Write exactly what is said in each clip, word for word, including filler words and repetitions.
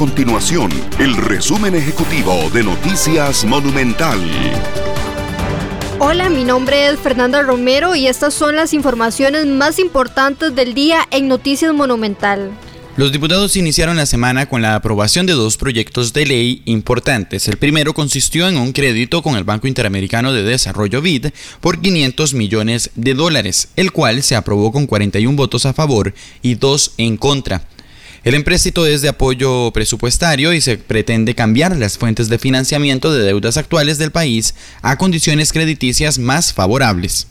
continuación el resumen ejecutivo de Noticias Monumental. Hola, mi nombre es Fernanda Romero y estas son las informaciones más importantes del día en Noticias Monumental. Los diputados iniciaron la semana con la aprobación de dos proyectos de ley importantes. El primero consistió en un crédito con el Banco Interamericano de Desarrollo B I D por quinientos millones de dólares, el cual se aprobó con cuarenta y uno votos a favor y dos en contra. El empréstito es de apoyo presupuestario y se pretende cambiar las fuentes de financiamiento de deudas actuales del país a condiciones crediticias más favorables.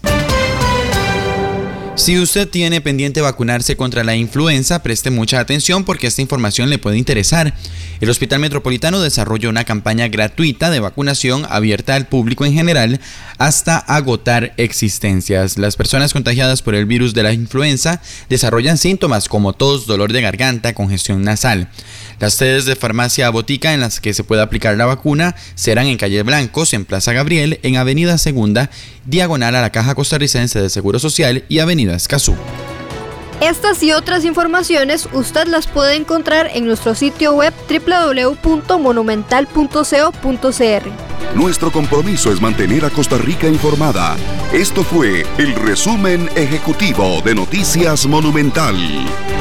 Si usted tiene pendiente vacunarse contra la influenza, preste mucha atención porque esta información le puede interesar. El Hospital Metropolitano desarrolla una campaña gratuita de vacunación abierta al público en general hasta agotar existencias. Las personas contagiadas por el virus de la influenza desarrollan síntomas como tos, dolor de garganta, congestión nasal. Las sedes de farmacia Botica en las que se puede aplicar la vacuna serán en Calle Blancos, en Plaza Gabriel, en Avenida Segunda, diagonal a la Caja Costarricense de Seguro Social y Avenida Escazú. Estas y otras informaciones usted las puede encontrar en nuestro sitio web doble u doble u doble u punto monumental punto co punto c r. Nuestro compromiso es mantener a Costa Rica informada. Esto fue el resumen ejecutivo de Noticias Monumental.